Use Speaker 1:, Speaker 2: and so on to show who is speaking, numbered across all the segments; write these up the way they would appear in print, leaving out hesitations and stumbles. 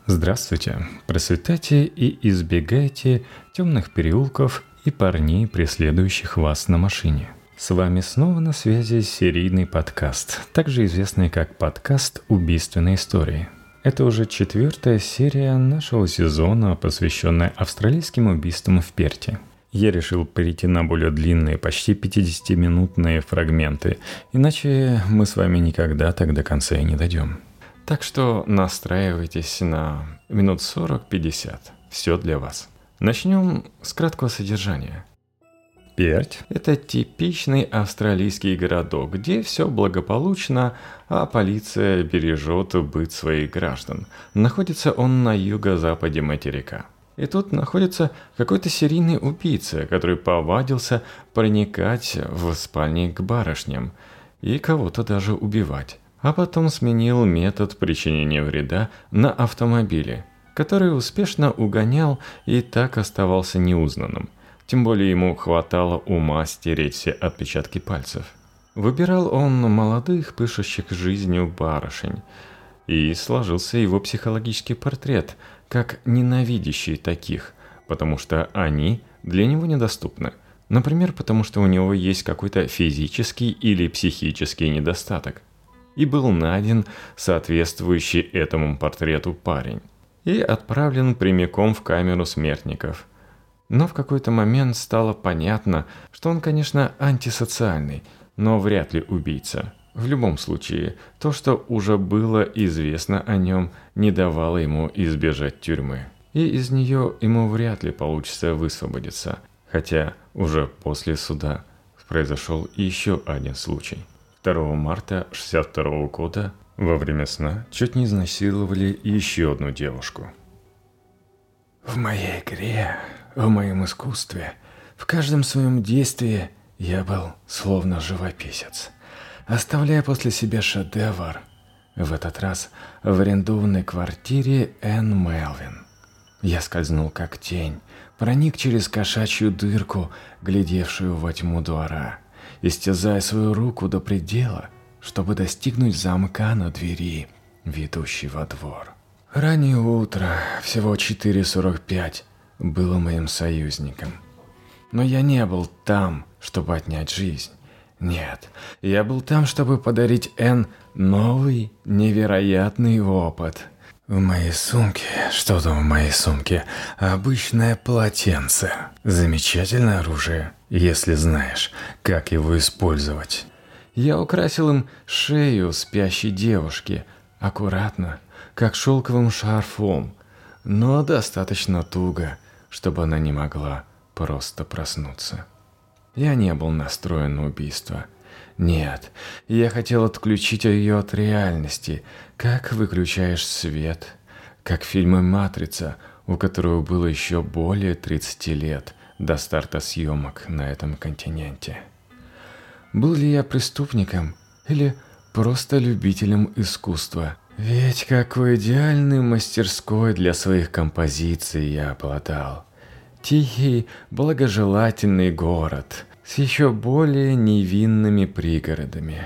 Speaker 1: Здравствуйте, процветайте и избегайте темных переулков и парней, преследующих вас на машине. С вами снова на связи серийный подкаст, также известный как подкаст «Убийственные истории». Это уже 4-я серия нашего сезона, посвященная австралийским убийствам в Перте. Я решил перейти на более длинные, почти 50-минутные фрагменты, иначе мы с вами никогда так до конца и не дойдем. Так что настраивайтесь на минут 40-50. Все для вас. Начнем с краткого содержания. Перть – это типичный австралийский городок, где все благополучно, а полиция бережет быт своих граждан. Находится он на юго-западе материка. И тут находится какой-то серийный убийца, который повадился проникать в спальни к барышням и кого-то даже убивать. А потом сменил метод причинения вреда на автомобиле, который успешно угонял и так оставался неузнанным. Тем более ему хватало ума стереть все отпечатки пальцев. Выбирал он молодых, пышущих жизнью барышень. И сложился его психологический портрет, как ненавидящий таких, потому что они для него недоступны. Например, потому что у него есть какой-то физический или психический недостаток. И был найден соответствующий этому портрету парень и отправлен прямиком в камеру смертников. Но в какой-то момент стало понятно, что он, конечно, антисоциальный, но вряд ли убийца. В любом случае, то, что уже было известно о нем, не давало ему избежать тюрьмы. И из нее ему вряд ли получится высвободиться, хотя уже после суда произошел еще один случай. 2 марта 1962 года во время сна чуть не изнасиловали еще одну девушку. В моей игре, в моем искусстве, в каждом своем действии я был словно живописец, оставляя после себя шедевр. В этот раз в арендованной квартире Энн Мелвин. Я скользнул как тень, проник через кошачью дырку, глядевшую во тьму двора, истязая свою руку до предела, чтобы достигнуть замка на двери, ведущей во двор. Раннее утро, всего 4:45, было моим союзником. Но я не был там, чтобы отнять жизнь. Нет, я был там, чтобы подарить Энн новый, невероятный опыт. В моей сумке, что там в моей сумке? Обычное полотенце. Замечательное оружие, если знаешь, как его использовать. Я украсил им шею спящей девушки, аккуратно, как шелковым шарфом, но достаточно туго, чтобы она не могла просто проснуться. Я не был настроен на убийство. Нет, я хотел отключить ее от реальности, как выключаешь свет, как в фильме «Матрица», у которого было еще более 30 лет до старта съемок на этом континенте. Был ли я преступником или просто любителем искусства? Ведь какой идеальной мастерской для своих композиций я обладал. Тихий, благожелательный город с еще более невинными пригородами.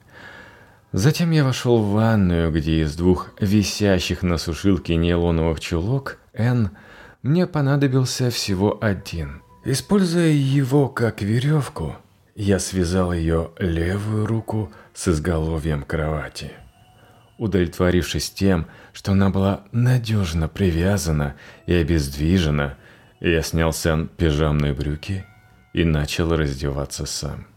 Speaker 1: Затем я вошел в ванную, где из 2 висящих на сушилке нейлоновых чулок Энн мне понадобился всего один. Используя его как веревку, я связал ее левую руку с изголовьем кровати. Удовлетворившись тем, что она была надежно привязана и обездвижена, я снял с Энн пижамные брюки и начал раздеваться сам.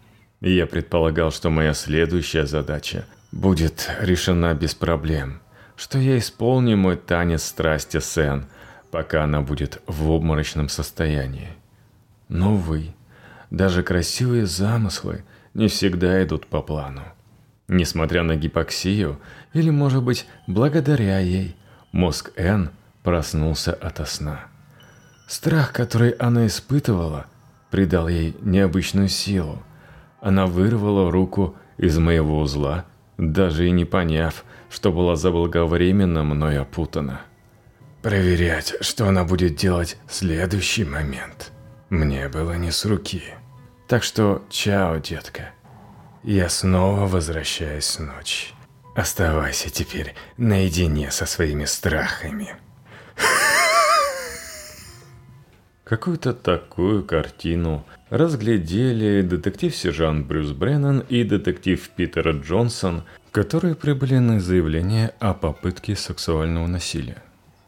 Speaker 1: Я предполагал, что моя следующая задача будет решена без проблем, что я исполню мой танец страсти с Энн, пока она будет в обморочном состоянии. Но, увы, даже красивые замыслы не всегда идут по плану. Несмотря на гипоксию, или, может быть, благодаря ей, мозг Энн проснулся ото сна. Страх, который она испытывала, придал ей необычную силу. Она вырвала руку из моего узла, даже и не поняв, что была заблаговременно мной опутана. Проверять, что она будет делать в следующий момент, мне было не с руки. Так что, чао, детка. Я снова возвращаюсь в ночь. Оставайся теперь наедине со своими страхами. Какую-то такую картину разглядели детектив-сержант Брюс Бреннан и детектив Питер Джонсон, которые прибыли на заявление о попытке сексуального насилия.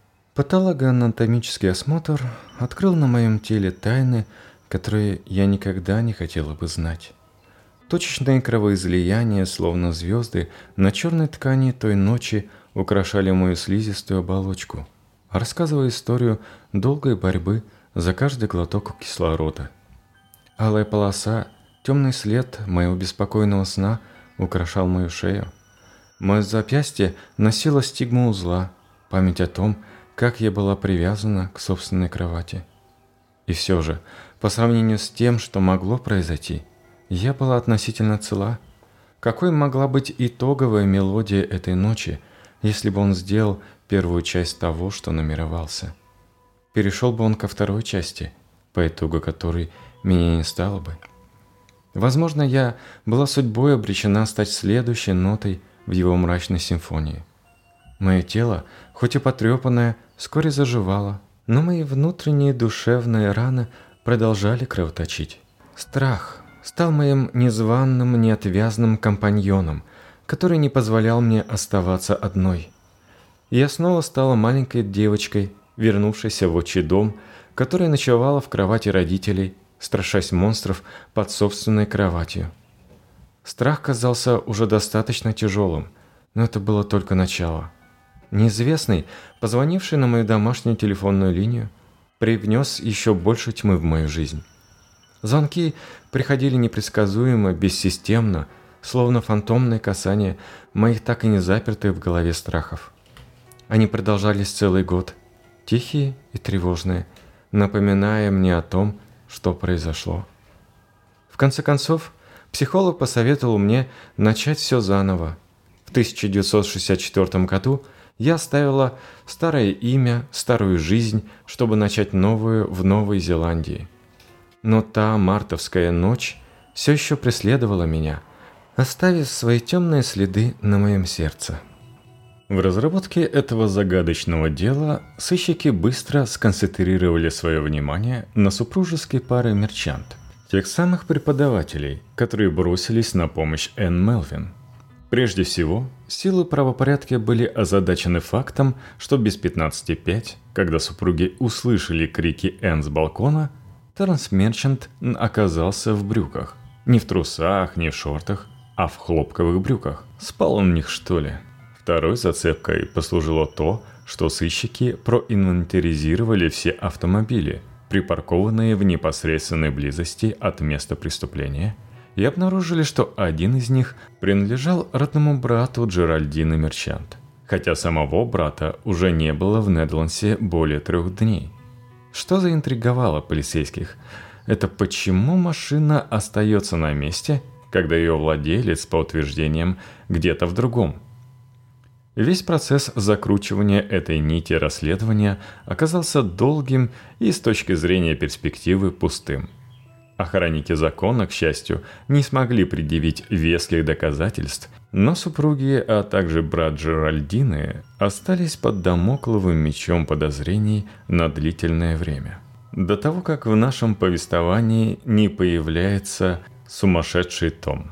Speaker 1: Патологоанатомический осмотр открыл на моем теле тайны, которые я никогда не хотела бы знать. Точечные кровоизлияния, словно звезды, на черной ткани той ночи украшали мою слизистую оболочку, рассказывая историю долгой борьбы за каждый глоток кислорода. Алая полоса, темный след моего беспокойного сна украшал мою шею. Мое запястье носило стигму узла, память о том, как я была привязана к собственной кровати. И все же, по сравнению с тем, что могло произойти, я была относительно цела. Какой могла быть итоговая мелодия этой ночи, если бы он сделал первую часть того, что намеревался? Перешел бы он ко второй части, по итогу которой меня не стало бы. Возможно, я была судьбой обречена стать следующей нотой в его мрачной симфонии. Мое тело, хоть и потрепанное, вскоре заживало, но мои внутренние душевные раны продолжали кровоточить. Страх стал моим незваным, неотвязным компаньоном, который не позволял мне оставаться одной. Я снова стала маленькой девочкой, вернувшейся в отчий дом, которая ночевала в кровати родителей, страшась монстров под собственной кроватью. Страх казался уже достаточно тяжелым, но это было только начало. Неизвестный, позвонивший на мою домашнюю телефонную линию, привнес еще больше тьмы в мою жизнь. Звонки приходили непредсказуемо, бессистемно, словно фантомное касание моих так и не запертых в голове страхов. Они продолжались целый год, тихие и тревожные, напоминая мне о том, что произошло. В конце концов, психолог посоветовал мне начать все заново. В 1964 году я оставила старое имя, старую жизнь, чтобы начать новую в Новой Зеландии. Но та мартовская ночь все еще преследовала меня, оставив свои темные следы на моем сердце. В разработке этого загадочного дела сыщики быстро сконцентрировали свое внимание на супружеской паре Мерчант, тех самых преподавателей, которые бросились на помощь Энн Мелвин. Прежде всего, силы правопорядка были озадачены фактом, что без 15:05, когда супруги услышали крики Энн с балкона, Терренс Мерчант оказался в брюках. Не в трусах, не в шортах, а в хлопковых брюках. Спал он в них, что ли? Второй зацепкой послужило то, что сыщики проинвентаризировали все автомобили, припаркованные в непосредственной близости от места преступления, и обнаружили, что один из них принадлежал родному брату Джеральдины Мерчант, хотя самого брата уже не было в Недландсе более 3 дней. Что заинтриговало полицейских? Это почему машина остается на месте, когда ее владелец, по утверждениям, где-то в другом? Весь процесс закручивания этой нити расследования оказался долгим и с точки зрения перспективы пустым. Охранники закона, к счастью, не смогли предъявить веских доказательств, но супруги, а также брат Джеральдины остались под дамокловым мечом подозрений на длительное время. До того, как в нашем повествовании не появляется сумасшедший Том.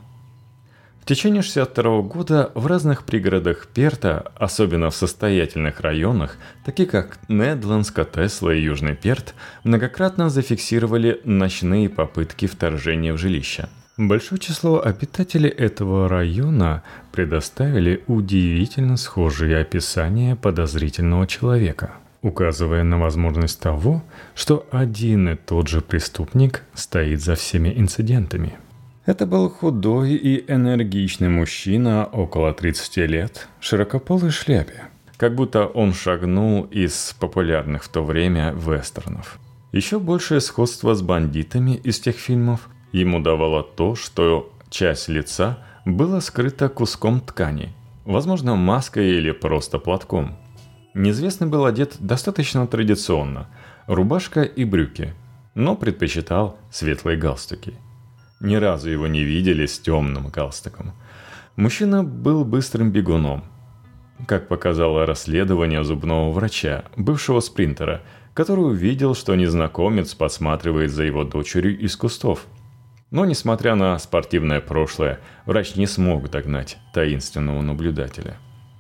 Speaker 1: В течение 1962 года в разных пригородах Перта, особенно в состоятельных районах, таких как Недландс, Котесла и Южный Перт, многократно зафиксировали ночные попытки вторжения в жилища. Большое число обитателей этого района предоставили удивительно схожие описания подозрительного человека, указывая на возможность того, что один и тот же преступник стоит за всеми инцидентами. Это был худой и энергичный мужчина около 30 лет, в широкополой шляпе, как будто он шагнул из популярных в то время вестернов. Еще большее сходство с бандитами из тех фильмов ему давало то, что часть лица была скрыта куском ткани, возможно, маской или просто платком. Неизвестный был одет достаточно традиционно – рубашка и брюки, но предпочитал светлые галстуки. Ни разу его не видели с темным галстуком. Мужчина был быстрым бегуном. Как показало расследование зубного врача, бывшего спринтера, который увидел, что незнакомец подсматривает за его дочерью из кустов. Но, несмотря на спортивное прошлое, врач не смог догнать таинственного наблюдателя.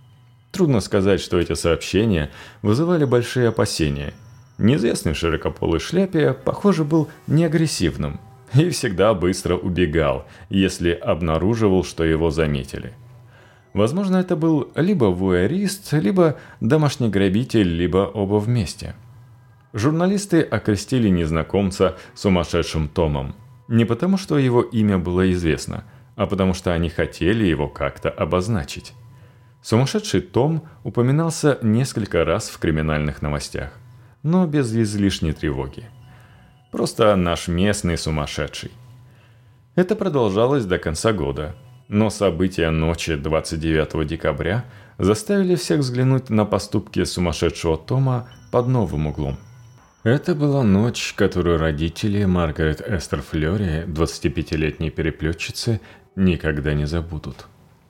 Speaker 1: Трудно сказать, что эти сообщения вызывали большие опасения. Неизвестный в широкополой шляпе, похоже, был неагрессивным и всегда быстро убегал, если обнаруживал, что его заметили. Возможно, это был либо вуайерист, либо домашний грабитель, либо оба вместе. Журналисты окрестили незнакомца сумасшедшим Томом. Не потому, что его имя было известно, а потому что они хотели его как-то обозначить. Сумасшедший Том упоминался несколько раз в криминальных новостях, но без излишней тревоги. Просто наш местный сумасшедший. Это продолжалось до конца года, но события ночи 29 декабря заставили всех взглянуть на поступки сумасшедшего Тома под новым углом. Это была ночь, которую родители Маргарет Эстер Флёри, 25-летней переплетчицы, никогда не забудут.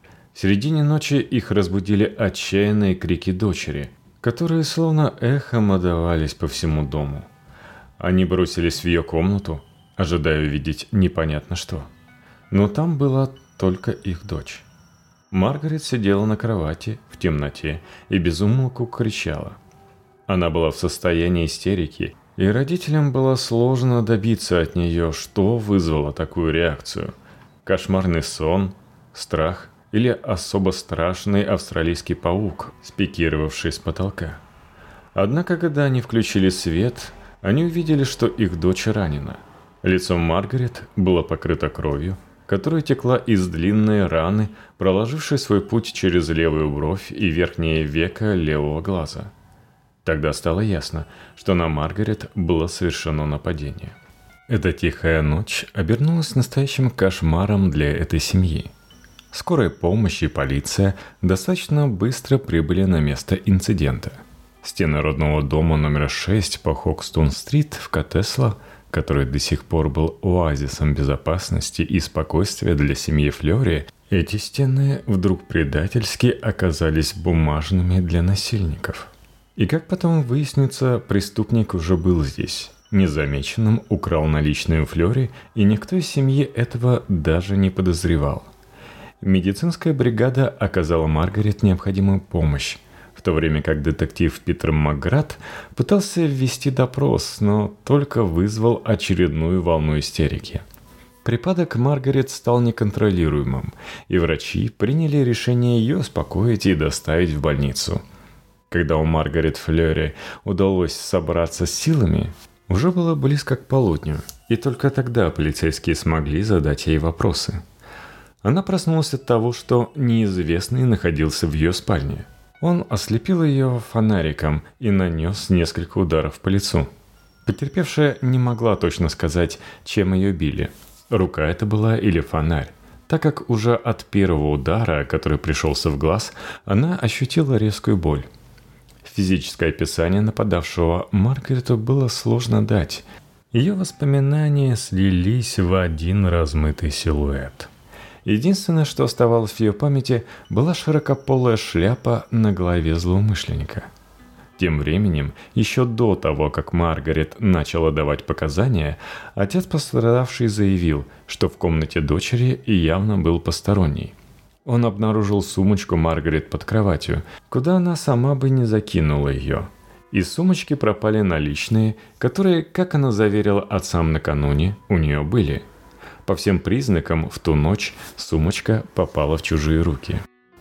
Speaker 1: В середине ночи их разбудили отчаянные крики дочери, которые словно эхом отдавались по всему дому. Они бросились в ее комнату, ожидая увидеть непонятно что. Но там была только их дочь. Маргарет сидела на кровати в темноте и без умолку кричала. Она была в состоянии истерики, и родителям было сложно добиться от нее, что вызвало такую реакцию. Кошмарный сон, страх или особо страшный австралийский паук, спикировавший с потолка. Однако, когда они включили свет, они увидели, что их дочь ранена. Лицо Маргарет было покрыто кровью, которая текла из длинной раны, проложившей свой путь через левую бровь и верхнее веко левого глаза. Тогда стало ясно, что на Маргарет было совершено нападение. Эта тихая ночь обернулась настоящим кошмаром для этой семьи. Скорая помощь и полиция достаточно быстро прибыли на место инцидента. Стены родного дома номер 6 по Хокстон-стрит в Котесло, который до сих пор был оазисом безопасности и спокойствия для семьи Флёри, эти стены вдруг предательски оказались бумажными для насильников. И как потом выяснится, преступник уже был здесь. Незамеченным украл наличные у Флёри, и никто из семьи этого даже не подозревал. Медицинская бригада оказала Маргарет необходимую помощь, в то время как детектив Питер Макград пытался ввести допрос, но только вызвал очередную волну истерики. Припадок Маргарет стал неконтролируемым, и врачи приняли решение ее успокоить и доставить в больницу. Когда у Маргарет Флёри удалось собраться с силами, уже было близко к полудню, и только тогда полицейские смогли задать ей вопросы. Она проснулась от того, что неизвестный находился в ее спальне. Он ослепил ее фонариком и нанес несколько ударов по лицу. Потерпевшая не могла точно сказать, чем ее били. Рука это была или фонарь, так как уже от первого удара, который пришелся в глаз, она ощутила резкую боль. Физическое описание нападавшего Маргарету было сложно дать. Ее воспоминания слились в один размытый силуэт. Единственное, что оставалось в ее памяти, была широкополая шляпа на голове злоумышленника. Тем временем, еще до того, как Маргарет начала давать показания, отец пострадавшей заявил, что в комнате дочери явно был посторонний. Он обнаружил сумочку Маргарет под кроватью, куда она сама бы не закинула ее. Из сумочки пропали наличные, которые, как она заверила отцам накануне, у нее были. По всем признакам, в ту ночь сумочка попала в чужие руки.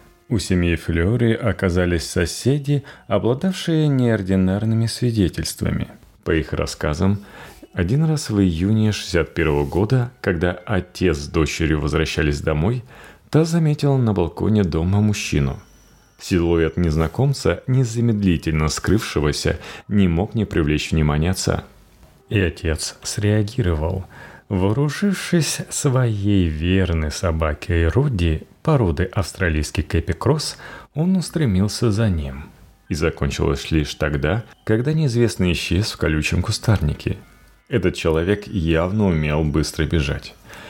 Speaker 1: У семьи Флёри оказались соседи, обладавшие неординарными свидетельствами. По их рассказам, один раз в июне 1961 года, когда отец с дочерью возвращались домой, та заметила на балконе дома мужчину. Силуэт незнакомца, незамедлительно скрывшегося, не мог не привлечь внимания отца. И отец среагировал. Вооружившись своей верной собакой Руди, породы австралийский кэпи-кросс, он устремился за ним. И закончилось лишь тогда, когда неизвестный исчез в колючем кустарнике. Этот человек явно умел быстро бежать.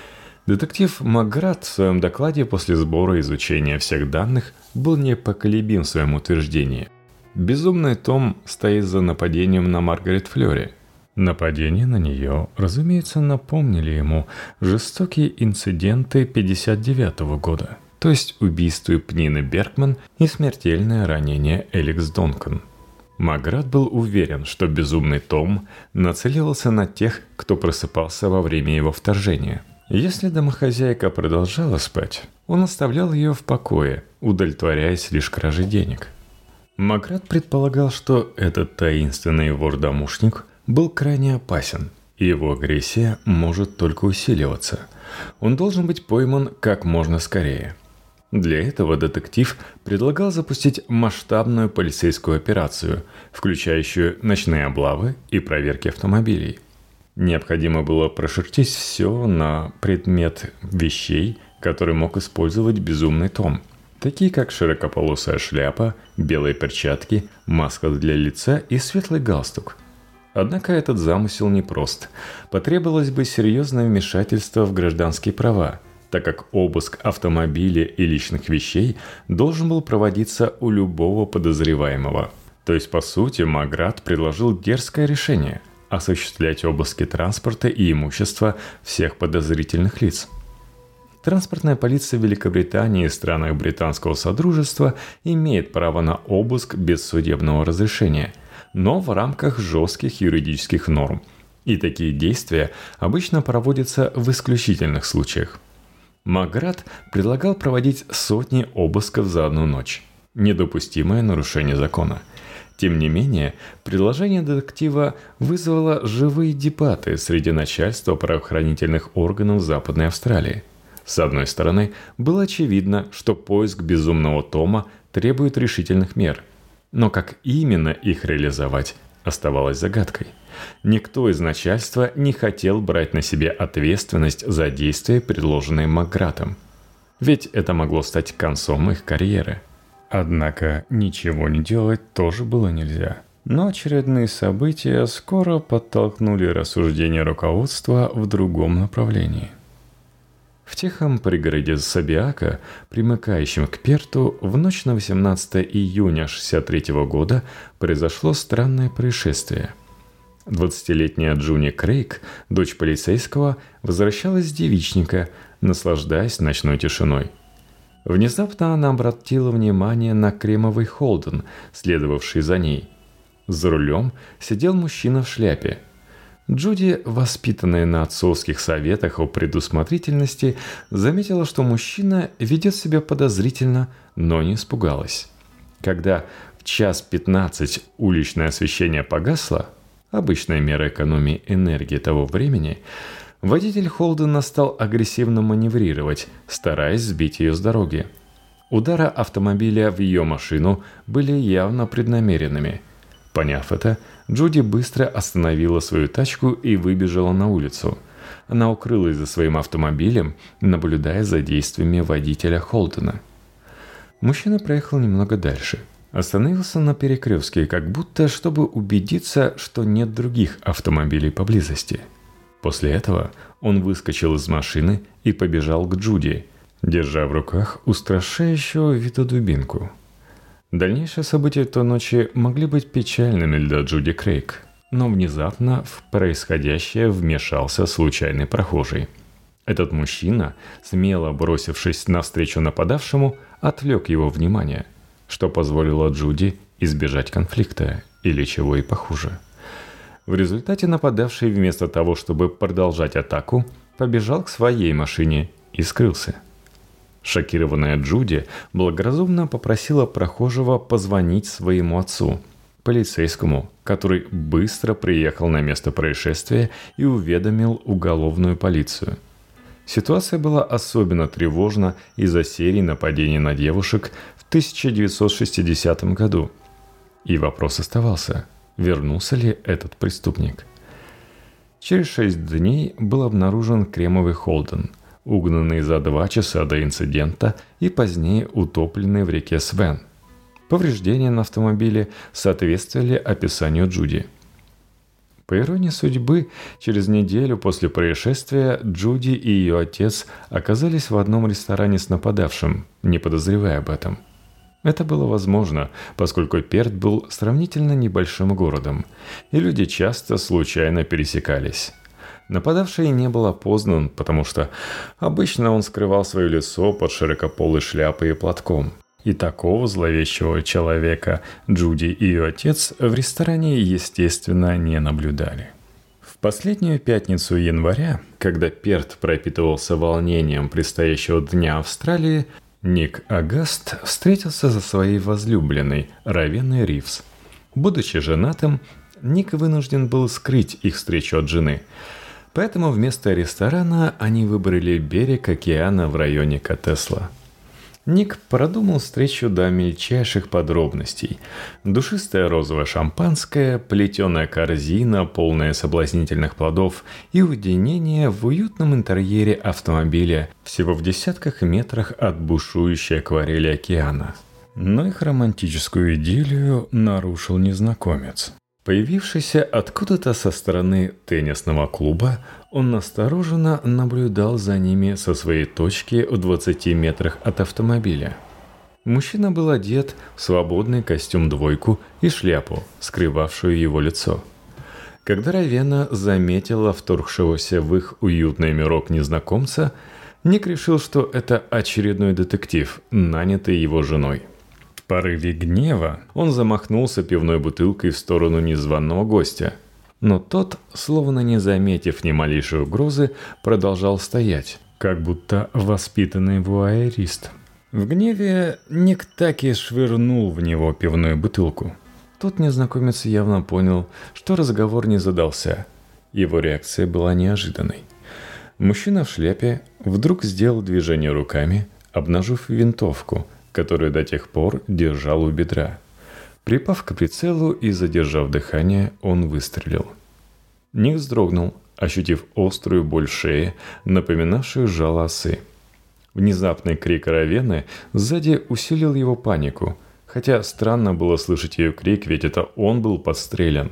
Speaker 1: Детектив Макград в своем докладе после сбора и изучения всех данных был непоколебим в своем утверждении. Безумный Том стоит за нападением на Маргарет Флёри. Нападение на нее, разумеется, напомнили ему жестокие инциденты 1959 года, то есть убийство Пнины Бергман и смертельное ранение Эликс Донкан. Макград был уверен, что безумный Том нацеливался на тех, кто просыпался во время его вторжения. Если домохозяйка продолжала спать, он оставлял ее в покое, удовлетворяясь лишь кражей денег. Макград предполагал, что этот таинственный вор-домушник был крайне опасен, и его агрессия может только усиливаться. Он должен быть пойман как можно скорее. Для этого детектив предлагал запустить масштабную полицейскую операцию, включающую ночные облавы и проверки автомобилей. Необходимо было прошерстить все на предмет вещей, которые мог использовать безумный Том, такие как широкополосая шляпа, белые перчатки, маска для лица и светлый галстук. Однако этот замысел непрост. Потребовалось бы серьезное вмешательство в гражданские права, так как обыск автомобиля и личных вещей должен был проводиться у любого подозреваемого. То есть, по сути, Макград предложил дерзкое решение – осуществлять обыски транспорта и имущества всех подозрительных лиц. Транспортная полиция Великобритании и странах Британского Содружества имеет право на обыск без судебного разрешения, но в рамках жестких юридических норм. И такие действия обычно проводятся в исключительных случаях. Макград предлагал проводить сотни обысков за одну ночь. Недопустимое нарушение закона. Тем не менее, предложение детектива вызвало живые дебаты среди начальства правоохранительных органов Западной Австралии. С одной стороны, было очевидно, что поиск безумного Тома требует решительных мер. Но как именно их реализовать, оставалось загадкой. Никто из начальства не хотел брать на себя ответственность за действия, предложенные Макградом. Ведь это могло стать концом их карьеры. Однако ничего не делать тоже было нельзя. Но очередные события скоро подтолкнули рассуждения руководства в другом направлении. В тихом пригороде Сабиака, примыкающем к Перту, в ночь на 18 июня 1963 года произошло странное происшествие. 20-летняя Джуни Крейг, дочь полицейского, возвращалась с девичника, наслаждаясь ночной тишиной. Внезапно она обратила внимание на кремовый Холден, следовавший за ней. За рулем сидел мужчина в шляпе. Джуди, воспитанная на отцовских советах о предусмотрительности, заметила, что мужчина ведет себя подозрительно, но не испугалась. Когда в 1:15 уличное освещение погасло, обычная мера экономии энергии того времени, водитель Холдена стал агрессивно маневрировать, стараясь сбить ее с дороги. Удары автомобиля в ее машину были явно преднамеренными. Поняв это, Джуди быстро остановила свою тачку и выбежала на улицу. Она укрылась за своим автомобилем, наблюдая за действиями водителя Холдена. Мужчина проехал немного дальше. Остановился на перекрестке, как будто чтобы убедиться, что нет других автомобилей поблизости. После этого он выскочил из машины и побежал к Джуди, держа в руках устрашающего вида дубинку. Дальнейшие события той ночи могли быть печальными для Джуди Крейг, но внезапно в происходящее вмешался случайный прохожий. Этот мужчина, смело бросившись навстречу нападавшему, отвлек его внимание, что позволило Джуди избежать конфликта или чего и похуже. В результате нападавший вместо того, чтобы продолжать атаку, побежал к своей машине и скрылся. Шокированная Джуди благоразумно попросила прохожего позвонить своему отцу, полицейскому, который быстро приехал на место происшествия и уведомил уголовную полицию. Ситуация была особенно тревожна из-за серии нападений на девушек в 1960 году. И вопрос оставался, вернулся ли этот преступник. Через 6 дней был обнаружен кремовый Холден, угнанный за 2 часа до инцидента и позднее утопленный в реке Свен. Повреждения на автомобиле соответствовали описанию Джуди. По иронии судьбы, через неделю после происшествия Джуди и ее отец оказались в одном ресторане с нападавшим, не подозревая об этом. Это было возможно, поскольку Перт был сравнительно небольшим городом, и люди часто случайно пересекались. Нападавший не был опознан, потому что обычно он скрывал свое лицо под широкополой шляпой и платком. И такого зловещего человека Джуди и ее отец в ресторане, естественно, не наблюдали. В последнюю пятницу января, когда Перт пропитывался волнением предстоящего дня Австралии, Ник Агаст встретился со своей возлюбленной Равенной Ривз. Будучи женатым, Ник вынужден был скрыть их встречу от жены. Поэтому вместо ресторана они выбрали берег океана в районе Котесла. Ник продумал встречу до мельчайших подробностей. Душистое розовое шампанское, плетеная корзина, полная соблазнительных плодов и уединение в уютном интерьере автомобиля всего в десятках метрах от бушующей акварели океана. Но их романтическую идиллию нарушил незнакомец. Появившийся откуда-то со стороны теннисного клуба, он настороженно наблюдал за ними со своей точки в 20 метрах от автомобиля. Мужчина был одет в свободный костюм-двойку и шляпу, скрывавшую его лицо. Когда Равена заметила вторгшегося в их уютный мирок незнакомца, Ник решил, что это очередной детектив, нанятый его женой. В порыве гнева он замахнулся пивной бутылкой в сторону незваного гостя. Но тот, словно не заметив ни малейшей угрозы, продолжал стоять, как будто воспитанный вуайерист. В гневе Ник так и швырнул в него пивную бутылку. Тот незнакомец явно понял, что разговор не задался. Его реакция была неожиданной. Мужчина в шляпе вдруг сделал движение руками, обнажив винтовку, которую до тех пор держал у бедра. Припав к прицелу и задержав дыхание, он выстрелил. Ник вздрогнул, ощутив острую боль в шее, напоминавшую жало осы. Внезапный крик Равены сзади усилил его панику, хотя странно было слышать ее крик, ведь это он был подстрелен.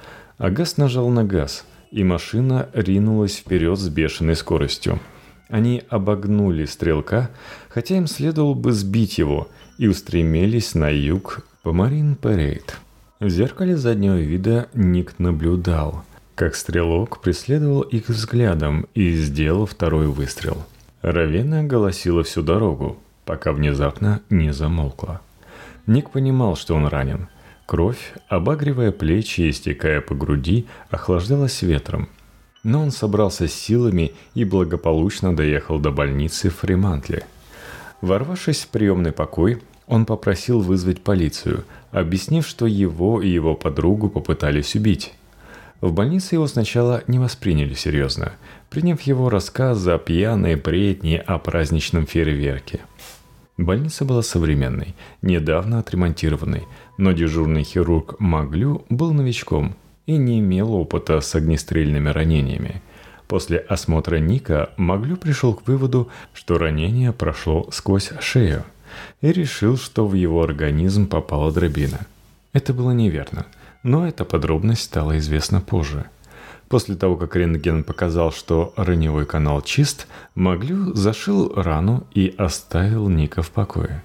Speaker 1: Агаст нажал на газ, и машина ринулась вперед с бешеной скоростью. Они обогнули стрелка, хотя им следовало бы сбить его, и устремились на юг по Марин-Парейд. В зеркале заднего вида Ник наблюдал, как стрелок преследовал их взглядом и сделал второй выстрел. Равена голосила всю дорогу, пока внезапно не замолкла. Ник понимал, что он ранен. Кровь, обагривая плечи и стекая по груди, охлаждалась ветром. Но он собрался с силами и благополучно доехал до больницы в Фримантле. Ворвавшись в приемный покой, он попросил вызвать полицию, объяснив, что его и его подругу попытались убить. В больнице его сначала не восприняли серьезно, приняв его рассказ за пьяные бредни о праздничном фейерверке. Больница была современной, недавно отремонтированной, но дежурный хирург Маглю был новичком и не имел опыта с огнестрельными ранениями. После осмотра Ника Маглю пришел к выводу, что ранение прошло сквозь шею, и решил, что в его организм попала дробина. Это было неверно, но эта подробность стала известна позже. После того, как рентген показал, что раневой канал чист, Маглю зашил рану и оставил Ника в покое.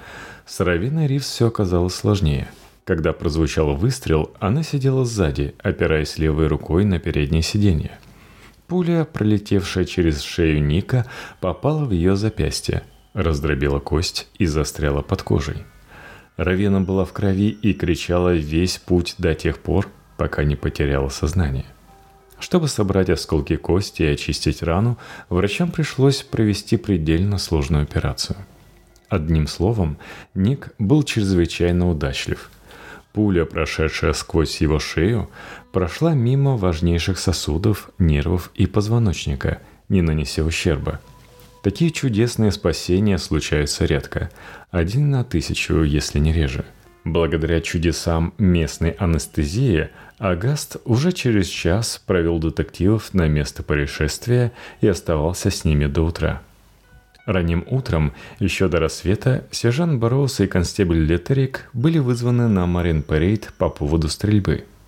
Speaker 1: С Равеной Ривз все оказалось сложнее. Когда прозвучал выстрел, она сидела сзади, опираясь левой рукой на переднее сиденье. Пуля, пролетевшая через шею Ника, попала в ее запястье, раздробила кость и застряла под кожей. Равена была в крови и кричала весь путь до тех пор, пока не потеряла сознание. Чтобы собрать осколки кости и очистить рану, врачам пришлось провести предельно сложную операцию. Одним словом, Ник был чрезвычайно удачлив. Пуля, прошедшая сквозь его шею, прошла мимо важнейших сосудов, нервов и позвоночника, не нанеся ущерба. Такие чудесные спасения случаются редко, 1 на 1000, если не реже. Благодаря чудесам местной анестезии, Агаст уже через час провел детективов на место происшествия и оставался с ними до утра. Ранним утром, еще до рассвета, сержант Барроуз и констебль Леттерик были вызваны на Марин-Парейд по поводу стрельбы.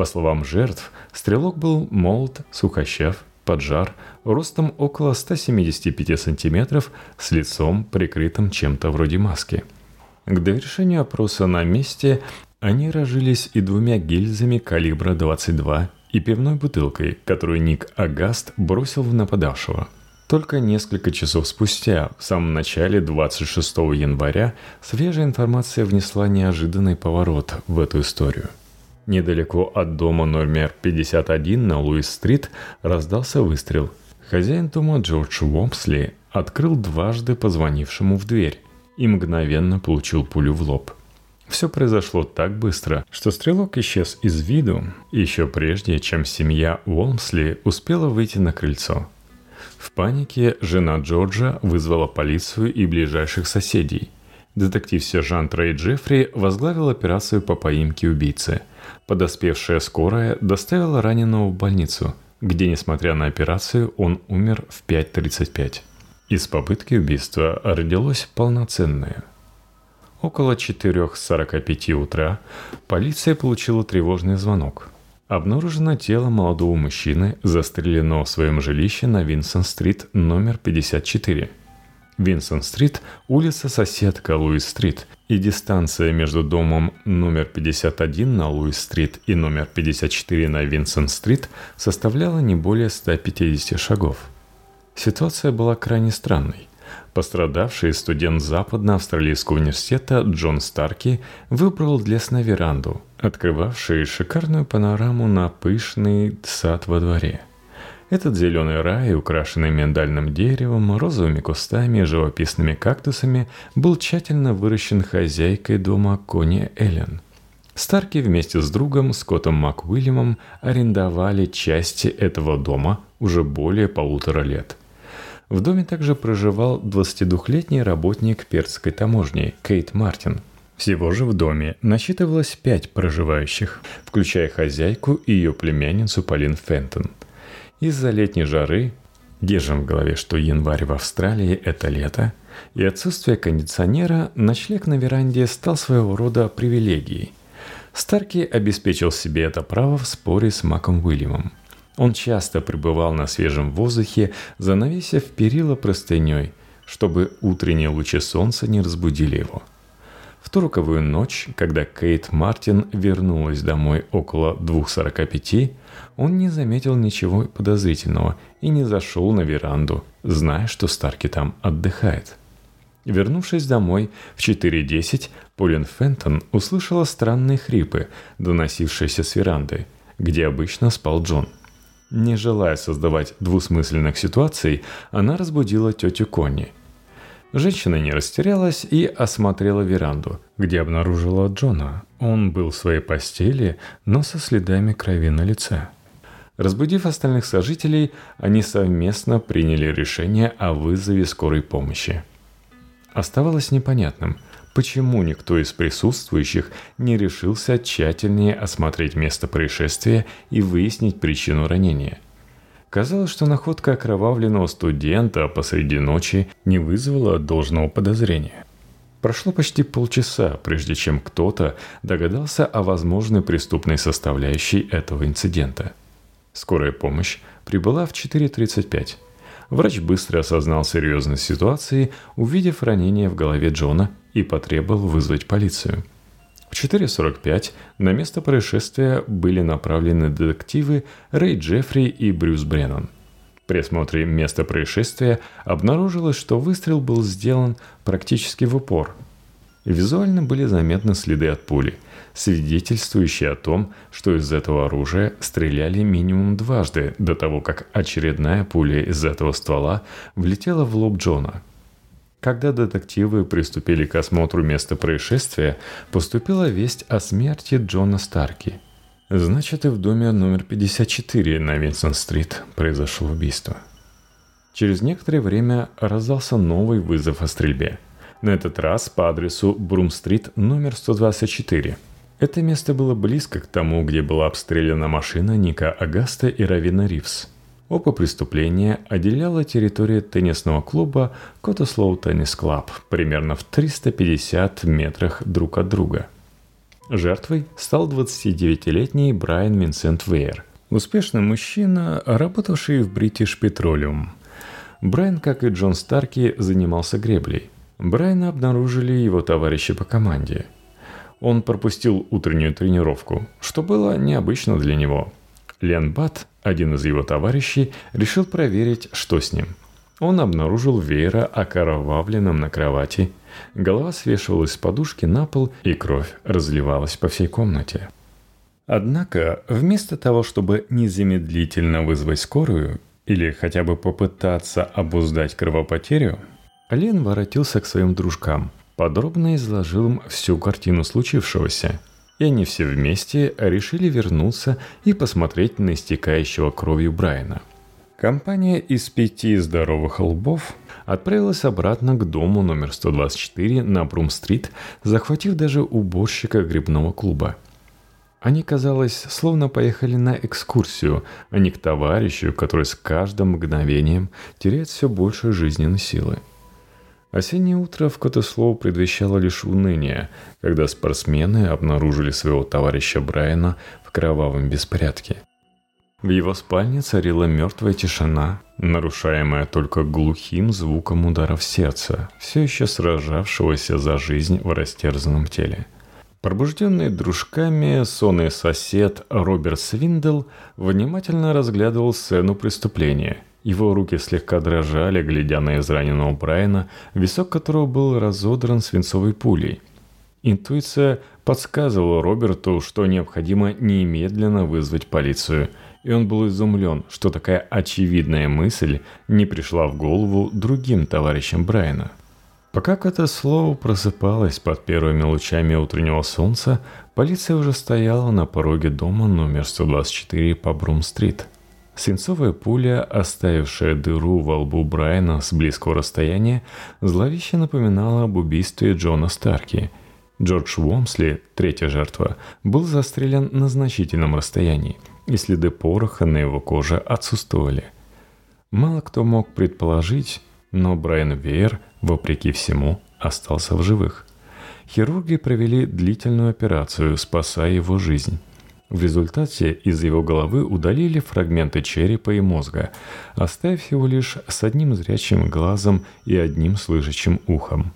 Speaker 1: По словам жертв, стрелок был молод, сухощав, поджар, ростом около 175 сантиметров, с лицом, прикрытым чем-то вроде маски. К довершению опроса на месте они разжились и 2 гильзами калибра 22 и пивной бутылкой, которую Ник Агаст бросил в нападавшего. Только несколько часов спустя, в самом начале 26 января, свежая информация внесла неожиданный поворот в эту историю. Недалеко от дома номер 51 на Луис-стрит раздался выстрел. Хозяин дома Джордж Уомсли открыл дважды позвонившему в дверь и мгновенно получил пулю в лоб. Все произошло так быстро, что стрелок исчез из виду еще прежде, чем семья Уомсли успела выйти на крыльцо. В панике жена Джорджа вызвала полицию и ближайших соседей. Детектив-сержант Рэй Джеффри возглавил операцию по поимке убийцы. Подоспевшая скорая доставила раненого в больницу, где, несмотря на операцию, он умер в 5:35. Из попытки убийства родилось полноценное. Около 4:45 утра полиция получила тревожный звонок. Обнаружено тело молодого мужчины, застреленного в своем жилище на Винсент-стрит номер 54. Винсент-стрит – улица-соседка Луис-стрит, и дистанция между домом номер 51 на Луис-стрит и номер 54 на Винсент-стрит составляла не более 150 шагов. Ситуация была крайне странной. Пострадавший студент Западно-Австралийского университета Джон Старки выбрал для сна веранду, открывавшую шикарную панораму на пышный сад во дворе. Этот зеленый рай, украшенный миндальным деревом, розовыми кустами и живописными кактусами, был тщательно выращен хозяйкой дома Конни Эллен. Старки вместе с другом Скоттом МакУильямом арендовали части этого дома уже более 1,5 лет. В доме также проживал 22-летний работник персской таможни Кейт Мартин. Всего же в доме насчитывалось 5 проживающих, включая хозяйку и ее племянницу Полин Фентон. Из-за летней жары, держим в голове, что январь в Австралии – это лето, и отсутствие кондиционера, ночлег на веранде стал своего рода привилегией. Старки обеспечил себе это право в споре с Маком Уильямом. Он часто пребывал на свежем воздухе, занавесив перила простыней, чтобы утренние лучи солнца не разбудили его. В ту роковую ночь, когда Кейт Мартин вернулась домой около 2:45, он не заметил ничего подозрительного и не зашел на веранду, зная, что Старки там отдыхает. Вернувшись домой в 4:10, Полин Фентон услышала странные хрипы, доносившиеся с веранды, где обычно спал Джон. Не желая создавать двусмысленных ситуаций, она разбудила тетю Конни. Женщина не растерялась и осмотрела веранду, где обнаружила Джона. Он был в своей постели, но со следами крови на лице. Разбудив остальных сожителей, они совместно приняли решение о вызове скорой помощи. Оставалось непонятным, почему никто из присутствующих не решился тщательнее осмотреть место происшествия и выяснить причину ранения. Казалось, что находка окровавленного студента посреди ночи не вызвала должного подозрения. Прошло почти полчаса, прежде чем кто-то догадался о возможной преступной составляющей этого инцидента. Скорая помощь прибыла в 4:35. Врач быстро осознал серьезность ситуации, увидев ранение в голове Джона, и потребовал вызвать полицию. В 4:45 на место происшествия были направлены детективы Рэй Джеффри и Брюс Бреннан. При осмотре места происшествия обнаружилось, что выстрел был сделан практически в упор. Визуально были заметны следы от пули, свидетельствующие о том, что из этого оружия стреляли минимум дважды до того, как очередная пуля из этого ствола влетела в лоб Джона. Когда детективы приступили к осмотру места происшествия, поступила весть о смерти Джона Старки. Значит, и в доме номер 54 на Винсент-стрит произошло убийство. Через некоторое время раздался новый вызов о стрельбе. На этот раз по адресу Брум-стрит номер 124. Это место было близко к тому, где была обстреляна машина Ника Агаста и Равина Ривз. Оба преступления отделяла территория теннисного клуба Cottesloe Tennis Club примерно в 350 метрах друг от друга. Жертвой стал 29-летний Брайан Винсент Веер, успешный мужчина, работавший в British Petroleum. Брайан, как и Джон Старки, занимался греблей. Брайана обнаружили его товарищи по команде. Он пропустил утреннюю тренировку, что было необычно для него. Лен Бат, один из его товарищей, решил проверить, что с ним. Он обнаружил Веера окровавленным на кровати, голова свешивалась с подушки на пол, и кровь разливалась по всей комнате. Однако, вместо того, чтобы незамедлительно вызвать скорую или хотя бы попытаться обуздать кровопотерю, Лен воротился к своим дружкам, подробно изложил им всю картину случившегося, и они все вместе решили вернуться и посмотреть на истекающего кровью Брайана. Компания из 5 здоровых лбов отправилась обратно к дому номер 124 на Брум-стрит, захватив даже уборщика грибного клуба. Они, казалось, словно поехали на экскурсию, а не к товарищу, который с каждым мгновением теряет все больше жизненной силы. Осеннее утро в Котослоу предвещало лишь уныние, когда спортсмены обнаружили своего товарища Брайана в кровавом беспорядке. В его спальне царила мертвая тишина, нарушаемая только глухим звуком ударов сердца, все еще сражавшегося за жизнь в растерзанном теле. Пробужденный дружками, сонный сосед Роберт Свиндл внимательно разглядывал сцену преступления. Его руки слегка дрожали, глядя на израненного Брайана, висок которого был разодран свинцовой пулей. Интуиция подсказывала Роберту, что необходимо немедленно вызвать полицию, и он был изумлен, что такая очевидная мысль не пришла в голову другим товарищам Брайана. Пока Котослоу просыпалась под первыми лучами утреннего солнца, полиция уже стояла на пороге дома номер 124 по Брум-стрит. Свинцовая пуля, оставившая дыру во лбу Брайана с близкого расстояния, зловеще напоминала об убийстве Джона Старки. Джордж Уомсли, третья жертва, был застрелен на значительном расстоянии, и следы пороха на его коже отсутствовали. Мало кто мог предположить, но Брайан Веер, вопреки всему, остался в живых. Хирурги провели длительную операцию, спасая его жизнь. В результате из его головы удалили фрагменты черепа и мозга, оставив его лишь с одним зрячим глазом и одним слышащим ухом.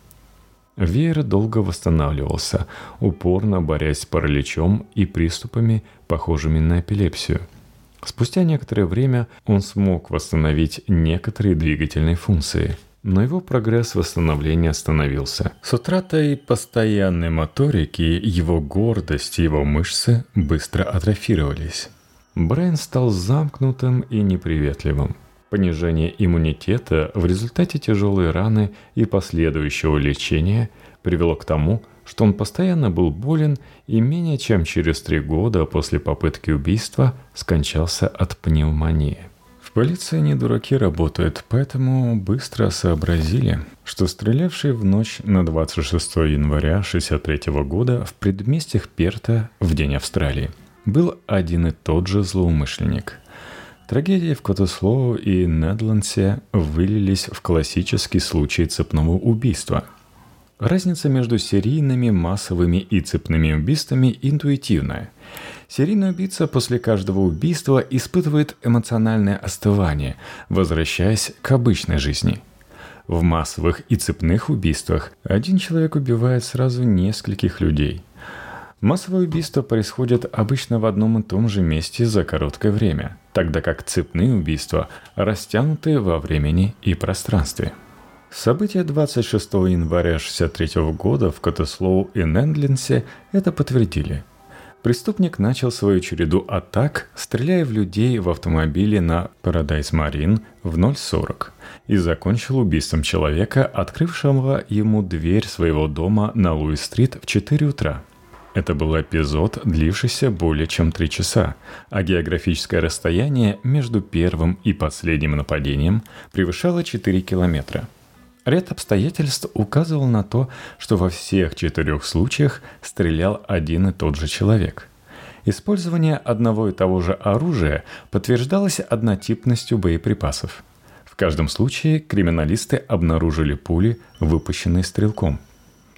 Speaker 1: Веер долго восстанавливался, упорно борясь с параличом и приступами, похожими на эпилепсию. Спустя некоторое время он смог восстановить некоторые двигательные функции, но его прогресс восстановления остановился. С утратой постоянной моторики его гордость и его мышцы быстро атрофировались. Брайан стал замкнутым и неприветливым. Понижение иммунитета в результате тяжелой раны и последующего лечения привело к тому, что он постоянно был болен и менее чем через 3 года после попытки убийства скончался от пневмонии. В полиции не дураки работают, поэтому быстро сообразили, что стрелявший в ночь на 26 января 1963 года в предместьях Перта в день Австралии был один и тот же злоумышленник. Трагедии в Котослоу и Недландсе вылились в классический случай цепного убийства. Разница между серийными, массовыми и цепными убийствами интуитивная. Серийный убийца после каждого убийства испытывает эмоциональное остывание, возвращаясь к обычной жизни. В массовых и цепных убийствах один человек убивает сразу нескольких людей. Массовые убийства происходят обычно в одном и том же месте за короткое время, тогда как цепные убийства растянуты во времени и пространстве. События 26 января 1963 года в Котослоу и Недландсе это подтвердили. Преступник начал свою череду атак, стреляя в людей в автомобиле на Paradise Marine в 0:40 и закончил убийством человека, открывшего ему дверь своего дома на Луис-стрит в 4 утра. Это был эпизод, длившийся более чем 3 часа, а географическое расстояние между первым и последним нападением превышало 4 километра. Ряд обстоятельств указывал на то, что во всех 4 случаях стрелял один и тот же человек. Использование одного и того же оружия подтверждалось однотипностью боеприпасов. В каждом случае криминалисты обнаружили пули, выпущенные стрелком.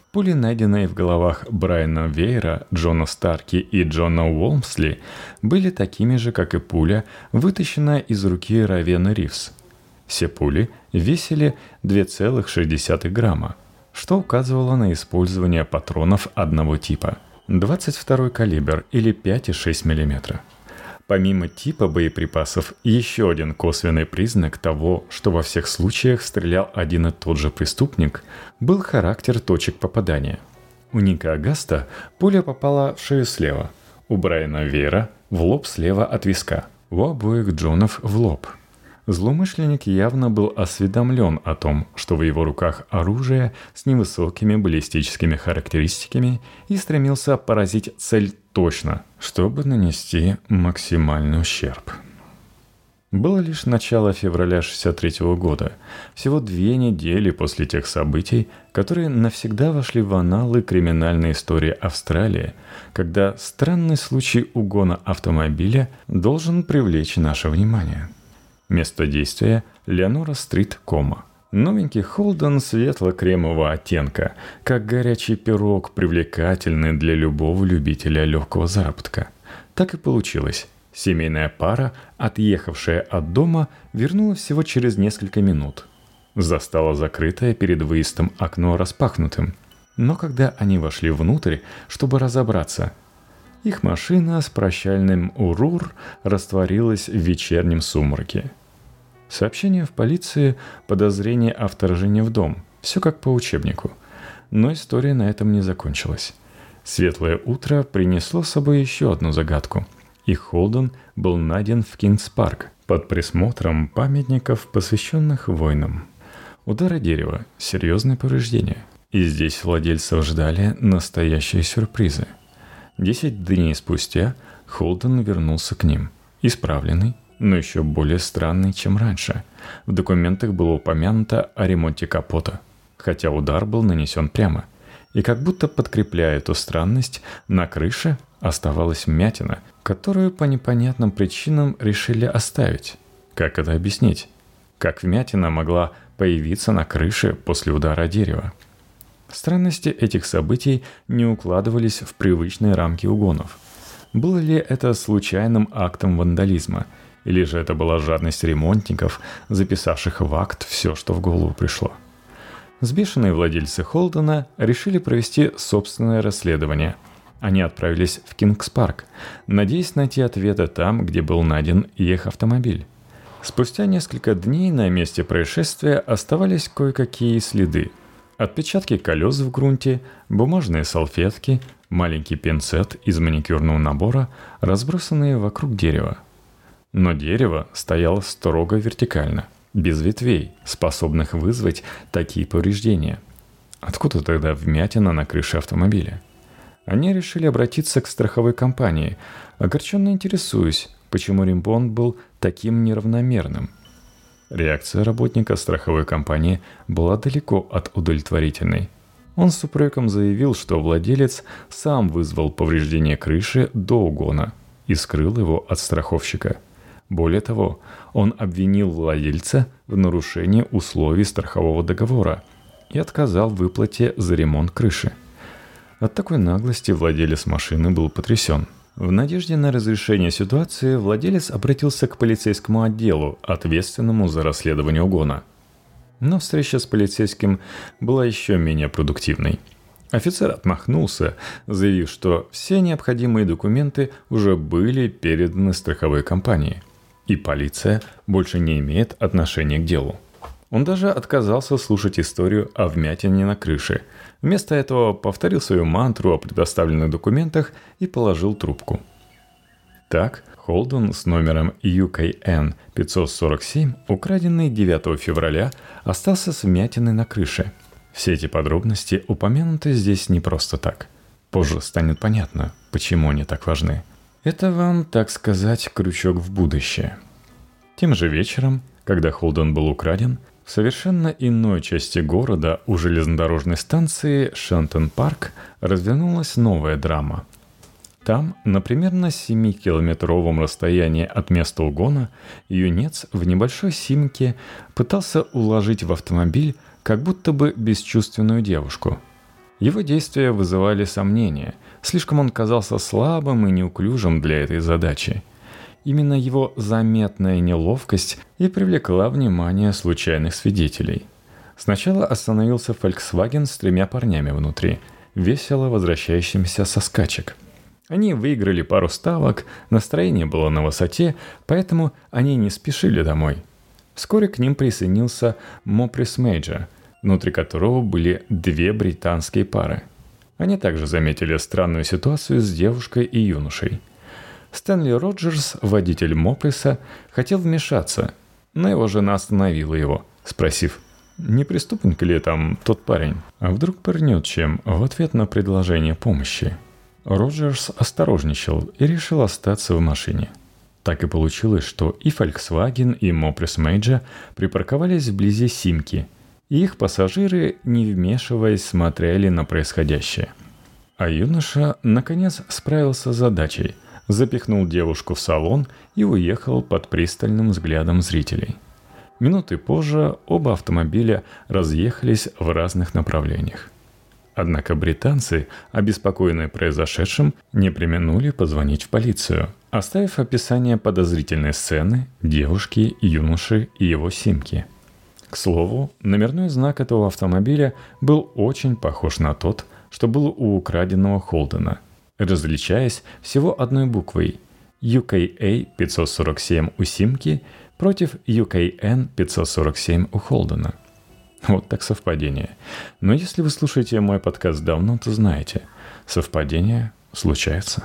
Speaker 1: Пули, найденные в головах Брайана Вейера, Джона Старки и Джона Уолмсли, были такими же, как и пуля, вытащенная из руки Равены Ривз. Все пули весили 2,6 грамма, что указывало на использование патронов одного типа – 22-й калибр или 5,6 мм. Помимо типа боеприпасов, еще один косвенный признак того, что во всех случаях стрелял один и тот же преступник, был характер точек попадания. У Ника Агаста пуля попала в шею слева, у Брайана Вейера – в лоб слева от виска, у обоих Джонов – в лоб. Злоумышленник явно был осведомлен о том, что в его руках оружие с невысокими баллистическими характеристиками и стремился поразить цель точно, чтобы нанести максимальный ущерб. Было лишь начало февраля 1963 года, всего 2 недели после тех событий, которые навсегда вошли в анналы криминальной истории Австралии, когда странный случай угона автомобиля должен привлечь наше внимание. Место действия – Леонора-стрит, Кома. Новенький Холден светло-кремового оттенка, как горячий пирог, привлекательный для любого любителя легкого заработка. Так и получилось. Семейная пара, отъехавшая от дома, вернулась всего через несколько минут. Застала закрытое перед выездом окно распахнутым. Но когда они вошли внутрь, чтобы разобраться, их машина с прощальным «Урур» растворилась в вечернем сумраке. Сообщение в полиции, подозрение о вторжении в дом. Все как по учебнику. Но история на этом не закончилась. Светлое утро принесло с собой еще одну загадку. И Холден был найден в Кингс-парк под присмотром памятников, посвященных войнам. Удары дерева, серьезные повреждения. И здесь владельцев ждали настоящие сюрпризы. 10 дней спустя Холден вернулся к ним, исправленный, но еще более странный, чем раньше. В документах было упомянуто о ремонте капота, хотя удар был нанесен прямо. И как будто подкрепляя эту странность, на крыше оставалась вмятина, которую по непонятным причинам решили оставить. Как это объяснить? Как вмятина могла появиться на крыше после удара дерева? Странности этих событий не укладывались в привычные рамки угонов. Было ли это случайным актом вандализма, или же это была жадность ремонтников, записавших в акт все, что в голову пришло? Взбешенные владельцы Холдена решили провести собственное расследование. Они отправились в Кингс-парк, надеясь найти ответы там, где был найден их автомобиль. Спустя несколько дней на месте происшествия оставались кое-какие следы. Отпечатки колес в грунте, бумажные салфетки, маленький пинцет из маникюрного набора, разбросанные вокруг дерева. Но дерево стояло строго вертикально, без ветвей, способных вызвать такие повреждения. Откуда тогда вмятина на крыше автомобиля? Они решили обратиться к страховой компании, огорченно интересуясь, почему ремонт был таким неравномерным. Реакция работника страховой компании была далеко от удовлетворительной. Он с упреком заявил, что владелец сам вызвал повреждение крыши до угона и скрыл его от страховщика. Более того, он обвинил владельца в нарушении условий страхового договора и отказал в выплате за ремонт крыши. От такой наглости владелец машины был потрясен. В надежде на разрешение ситуации владелец обратился к полицейскому отделу, ответственному за расследование угона. Но встреча с полицейским была еще менее продуктивной. Офицер отмахнулся, заявив, что все необходимые документы уже были переданы страховой компании, и полиция больше не имеет отношения к делу. Он даже отказался слушать историю о вмятине на крыше. Вместо этого повторил свою мантру о предоставленных документах и положил трубку. Так, Холден с номером UKN 547, украденный 9 февраля, остался с вмятиной на крыше. Все эти подробности упомянуты здесь не просто так. Позже станет понятно, почему они так важны. Это вам, так сказать, крючок в будущее. Тем же вечером, когда Холден был украден, в совершенно иной части города у железнодорожной станции Шентон-Парк развернулась новая драма. Там, на примерно 7-километровом расстоянии от места угона, юнец в небольшой симке пытался уложить в автомобиль как будто бы бесчувственную девушку. Его действия вызывали сомнения, слишком он казался слабым и неуклюжим для этой задачи. Именно его заметная неловкость и привлекла внимание случайных свидетелей. Сначала остановился Volkswagen с 3 парнями внутри, весело возвращающимися со скачек. Они выиграли пару ставок, настроение было на высоте, поэтому они не спешили домой. Вскоре к ним присоединился Моприс Мейджор, внутри которого были 2 британские пары. Они также заметили странную ситуацию с девушкой и юношей. Стэнли Роджерс, водитель Моприса, хотел вмешаться, но его жена остановила его, спросив, не преступник ли там тот парень, а вдруг пырнет чем в ответ на предложение помощи. Роджерс осторожничал и решил остаться в машине. Так и получилось, что и Volkswagen, и Моприс Мейджор припарковались вблизи Симки, и их пассажиры, не вмешиваясь, смотрели на происходящее. А юноша, наконец, справился с задачей, запихнул девушку в салон и уехал под пристальным взглядом зрителей. Минуты позже оба автомобиля разъехались в разных направлениях. Однако британцы, обеспокоенные произошедшим, не преминули позвонить в полицию, оставив описание подозрительной сцены, девушки, юноши и его Симки. К слову, номерной знак этого автомобиля был очень похож на тот, что был у украденного Холдена, различаясь всего одной буквой UKA 547 у Симки против UKN 547 у Холдена. Вот так совпадение. Но если вы слушаете мой подкаст давно, то знаете, совпадения случаются.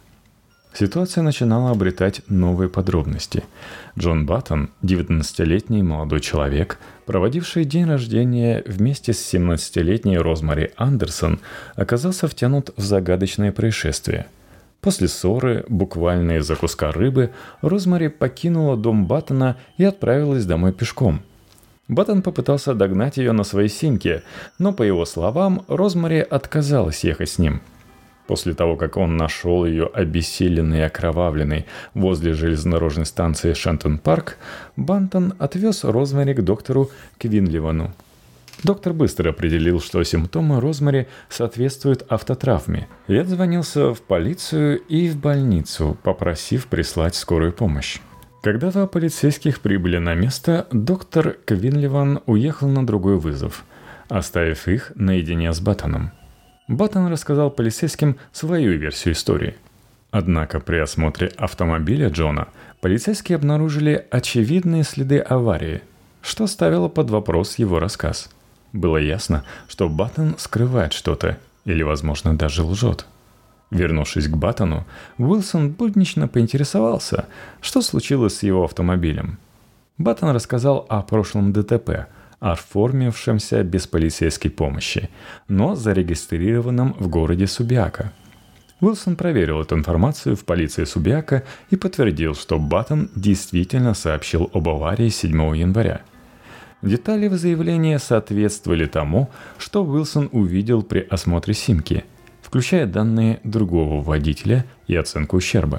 Speaker 1: Ситуация начинала обретать новые подробности. Джон Баттон, 19-летний молодой человек, проводивший день рождения вместе с 17-летней Розмари Андерсон, оказался втянут в загадочное происшествие. После ссоры, буквально из-за куска рыбы, Розмари покинула дом Баттона и отправилась домой пешком. Баттон попытался догнать ее на своей Симке, но, по его словам, Розмари отказалась ехать с ним. После того, как он нашел ее обессиленной и окровавленной возле железнодорожной станции Шентон-Парк, Баттон отвез Розмари к доктору Квинливану. Доктор быстро определил, что симптомы Розмари соответствуют автотравме, и отзвонился в полицию и в больницу, попросив прислать скорую помощь. Когда 2 полицейских прибыли на место, доктор Квинливан уехал на другой вызов, оставив их наедине с Баттоном. Баттон рассказал полицейским свою версию истории. Однако при осмотре автомобиля Джона полицейские обнаружили очевидные следы аварии, что ставило под вопрос его рассказ. Было ясно, что Баттон скрывает что-то или, возможно, даже лжет. Вернувшись к Баттону, Уилсон буднично поинтересовался, что случилось с его автомобилем. Баттон рассказал о прошлом ДТП, оформившемся без полицейской помощи, но зарегистрированном в городе Субиако. Уилсон проверил эту информацию в полиции Субиако и подтвердил, что Баттон действительно сообщил об аварии 7 января. Детали в заявлении соответствовали тому, что Уилсон увидел при осмотре Симки, включая данные другого водителя и оценку ущерба.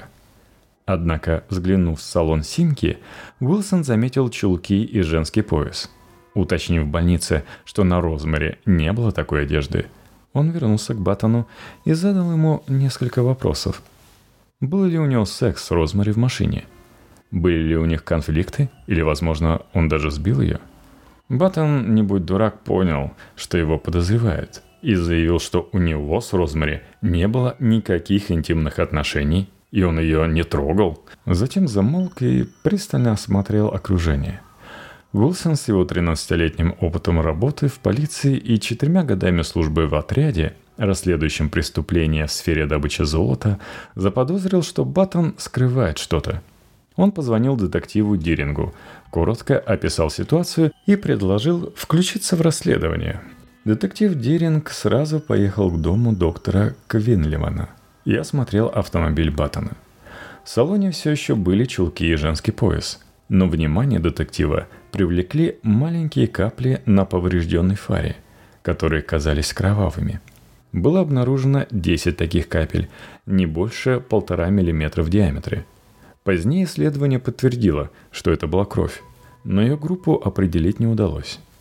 Speaker 1: Однако, взглянув в салон Симки, Уилсон заметил чулки и женский пояс. Уточнив в больнице, что на Розмари не было такой одежды, он вернулся к Баттону и задал ему несколько вопросов. Был ли у него секс с Розмари в машине? Были ли у них конфликты? Или, возможно, он даже сбил ее? Баттон, не будь дурак, понял, что его подозревают, и заявил, что у него с Розмари не было никаких интимных отношений, и он ее не трогал. Затем замолк и пристально осмотрел окружение. Уилсон с его 13-летним опытом работы в полиции и 4 годами службы в отряде, расследующем преступления в сфере добычи золота, заподозрил, что Баттон скрывает что-то. Он позвонил детективу Дирингу, коротко описал ситуацию и предложил включиться в расследование. Детектив Диринг сразу поехал к дому доктора Квинливана и осмотрел автомобиль Баттона. В салоне все еще были чулки и женский пояс, но внимание детектива привлекли маленькие капли на поврежденной фаре, которые казались кровавыми. Было обнаружено 10 таких капель, не больше 1,5 мм в диаметре. Позднее исследование подтвердило, что это была кровь, но ее группу определить не удалось.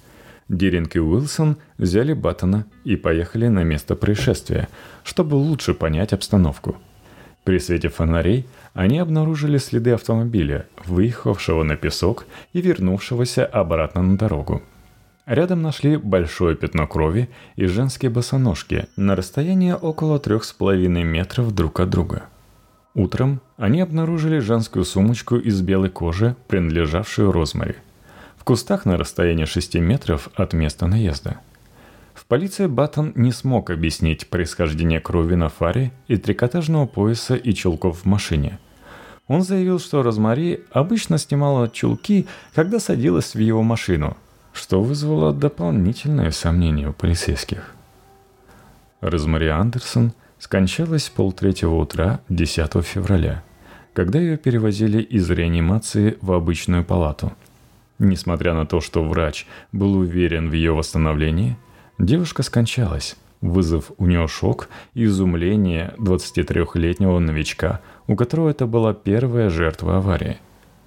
Speaker 1: Диринг и Уилсон взяли Баттона и поехали на место происшествия, чтобы лучше понять обстановку. При свете фонарей они обнаружили следы автомобиля, выехавшего на песок и вернувшегося обратно на дорогу. Рядом нашли большое пятно крови и женские босоножки на расстоянии около 3,5 метров друг от друга. Утром они обнаружили женскую сумочку из белой кожи, принадлежавшую Розмари, в кустах на расстоянии 6 метров от места наезда. В полиции Баттон не смог объяснить происхождение крови на фаре и трикотажного пояса и чулков в машине. Он заявил, что Розмари обычно снимала чулки, когда садилась в его машину, что вызвало дополнительное сомнение у полицейских. Розмари Андерсон скончалась в 2:30 утра 10 февраля, когда ее перевозили из реанимации в обычную палату. Несмотря на то, что врач был уверен в ее восстановлении, девушка скончалась, вызвав у нее шок и изумление 23-летнего новичка, у которого это была первая жертва аварии.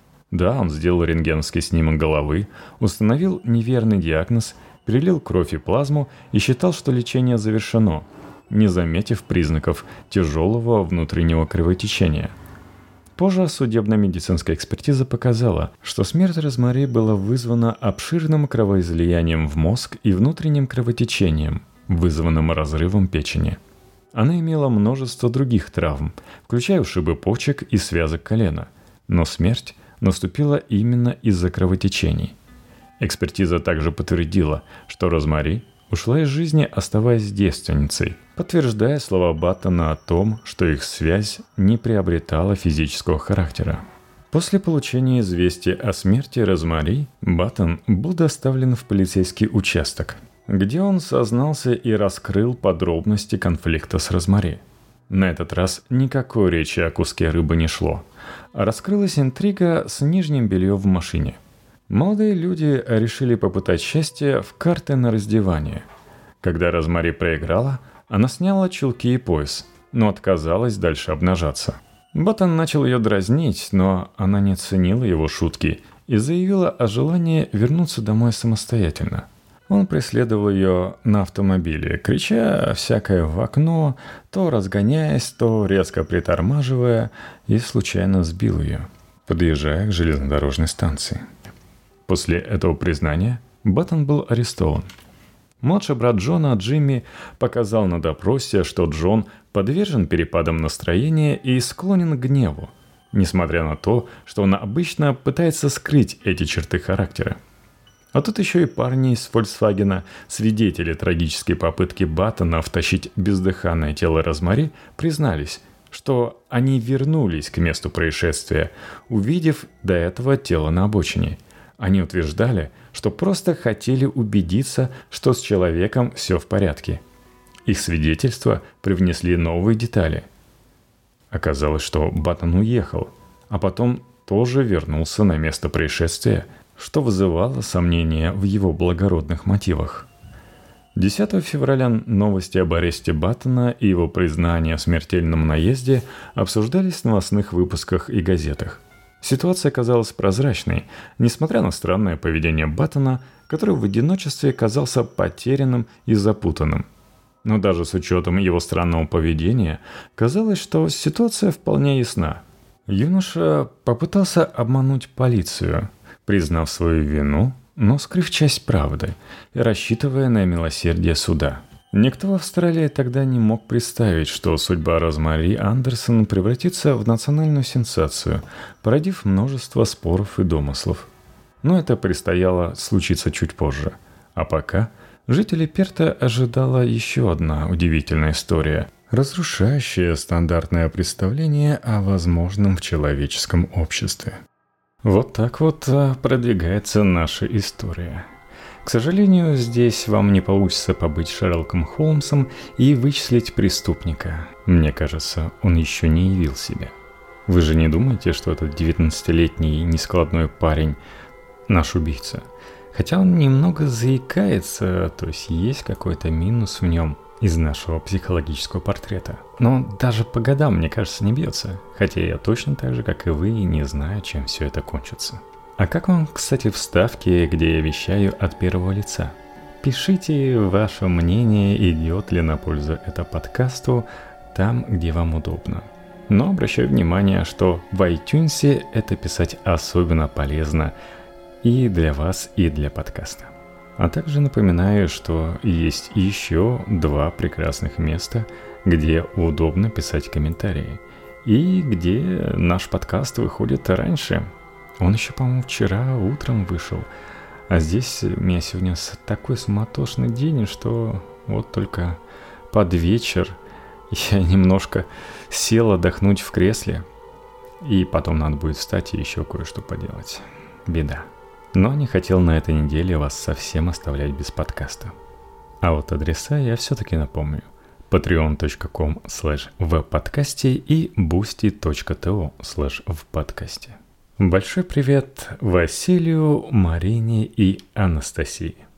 Speaker 1: Да, он сделал рентгеновский снимок головы, установил неверный диагноз, перелил кровь и плазму и считал, что лечение завершено, не заметив признаков тяжелого внутреннего кровотечения. Позже судебно-медицинская экспертиза показала, что смерть Розмари была вызвана обширным кровоизлиянием в мозг и внутренним кровотечением, вызванным разрывом печени. Она имела множество других травм, включая ушибы почек и связок колена, но смерть наступила именно из-за кровотечений. Экспертиза также подтвердила, что Розмари ушла из жизни, оставаясь девственницей, подтверждая слова Баттона о том, что их связь не приобретала физического характера. После получения известия о смерти Розмари, Баттон был доставлен в полицейский участок, где он сознался и раскрыл подробности конфликта с Розмари. На этот раз никакой речи о куске рыбы не шло. Раскрылась интрига с нижним бельем в машине. Молодые люди решили попытать счастье в карты на раздевание. Когда Розмари проиграла, она сняла чулки и пояс, но отказалась дальше обнажаться. Баттон начал ее дразнить, но она не ценила его шутки и заявила о желании вернуться домой самостоятельно. Он преследовал ее на автомобиле, крича всякое в окно, то разгоняясь, то резко притормаживая, и случайно сбил ее, подъезжая к железнодорожной станции. После этого признания Баттон был арестован. Младший брат Джона, Джимми, показал на допросе, что Джон подвержен перепадам настроения и склонен к гневу, несмотря на то, что он обычно пытается скрыть эти черты характера. А тут еще и парни из Volkswagen, свидетели трагической попытки Баттона втащить бездыханное тело Розмари, признались, что они вернулись к месту происшествия, увидев до этого тело на обочине. Они утверждали, что просто хотели убедиться, что с человеком все в порядке. Их свидетельства привнесли новые детали. Оказалось, что Баттон уехал, а потом тоже вернулся на место происшествия, что вызывало сомнения в его благородных мотивах. 10 февраля новости об аресте Баттона и его признании о смертельном наезде обсуждались в новостных выпусках и газетах. Ситуация казалась прозрачной, несмотря на странное поведение Баттона, который в одиночестве казался потерянным и запутанным. Но даже с учетом его странного поведения, казалось, что ситуация вполне ясна. Юноша попытался обмануть полицию, признав свою вину, но скрыв часть правды и рассчитывая на милосердие суда. Никто в Австралии тогда не мог представить, что судьба Розмари Андерсон превратится в национальную сенсацию, породив множество споров и домыслов. Но это предстояло случиться чуть позже. А пока жителей Перта ожидала еще одна удивительная история, разрушающая стандартное представление о возможном в человеческом обществе. Вот так вот продвигается наша история. К сожалению, здесь вам не получится побыть Шерлоком Холмсом и вычислить преступника. Мне кажется, он еще не явил себя. Вы же не думаете, что этот 19-летний нескладной парень наш убийца? Хотя он немного заикается, то есть какой-то минус в нем из нашего психологического портрета. Но даже по годам, мне кажется, не бьется. Хотя я точно так же, как и вы, не знаю, чем все это кончится. А как вам, кстати, вставки, где я вещаю от первого лица? Пишите ваше мнение, идет ли на пользу это подкасту там, где вам удобно. Но обращаю внимание, что в iTunes это писать особенно полезно и для вас, и для подкаста. А также напоминаю, что есть еще 2 прекрасных места, где удобно писать комментарии. И где наш подкаст выходит раньше. Он еще, по-моему, вчера утром вышел. А здесь у меня сегодня такой суматошный день, что вот только под вечер я немножко сел отдохнуть в кресле. И потом надо будет встать и еще кое-что поделать. Беда. Но не хотел на этой неделе вас совсем оставлять без подкаста. А вот адреса я все-таки напомню. patreon.com/vpodcasте и boosty.to/vpodcasте. Большой привет Василию, Марине и Анастасии.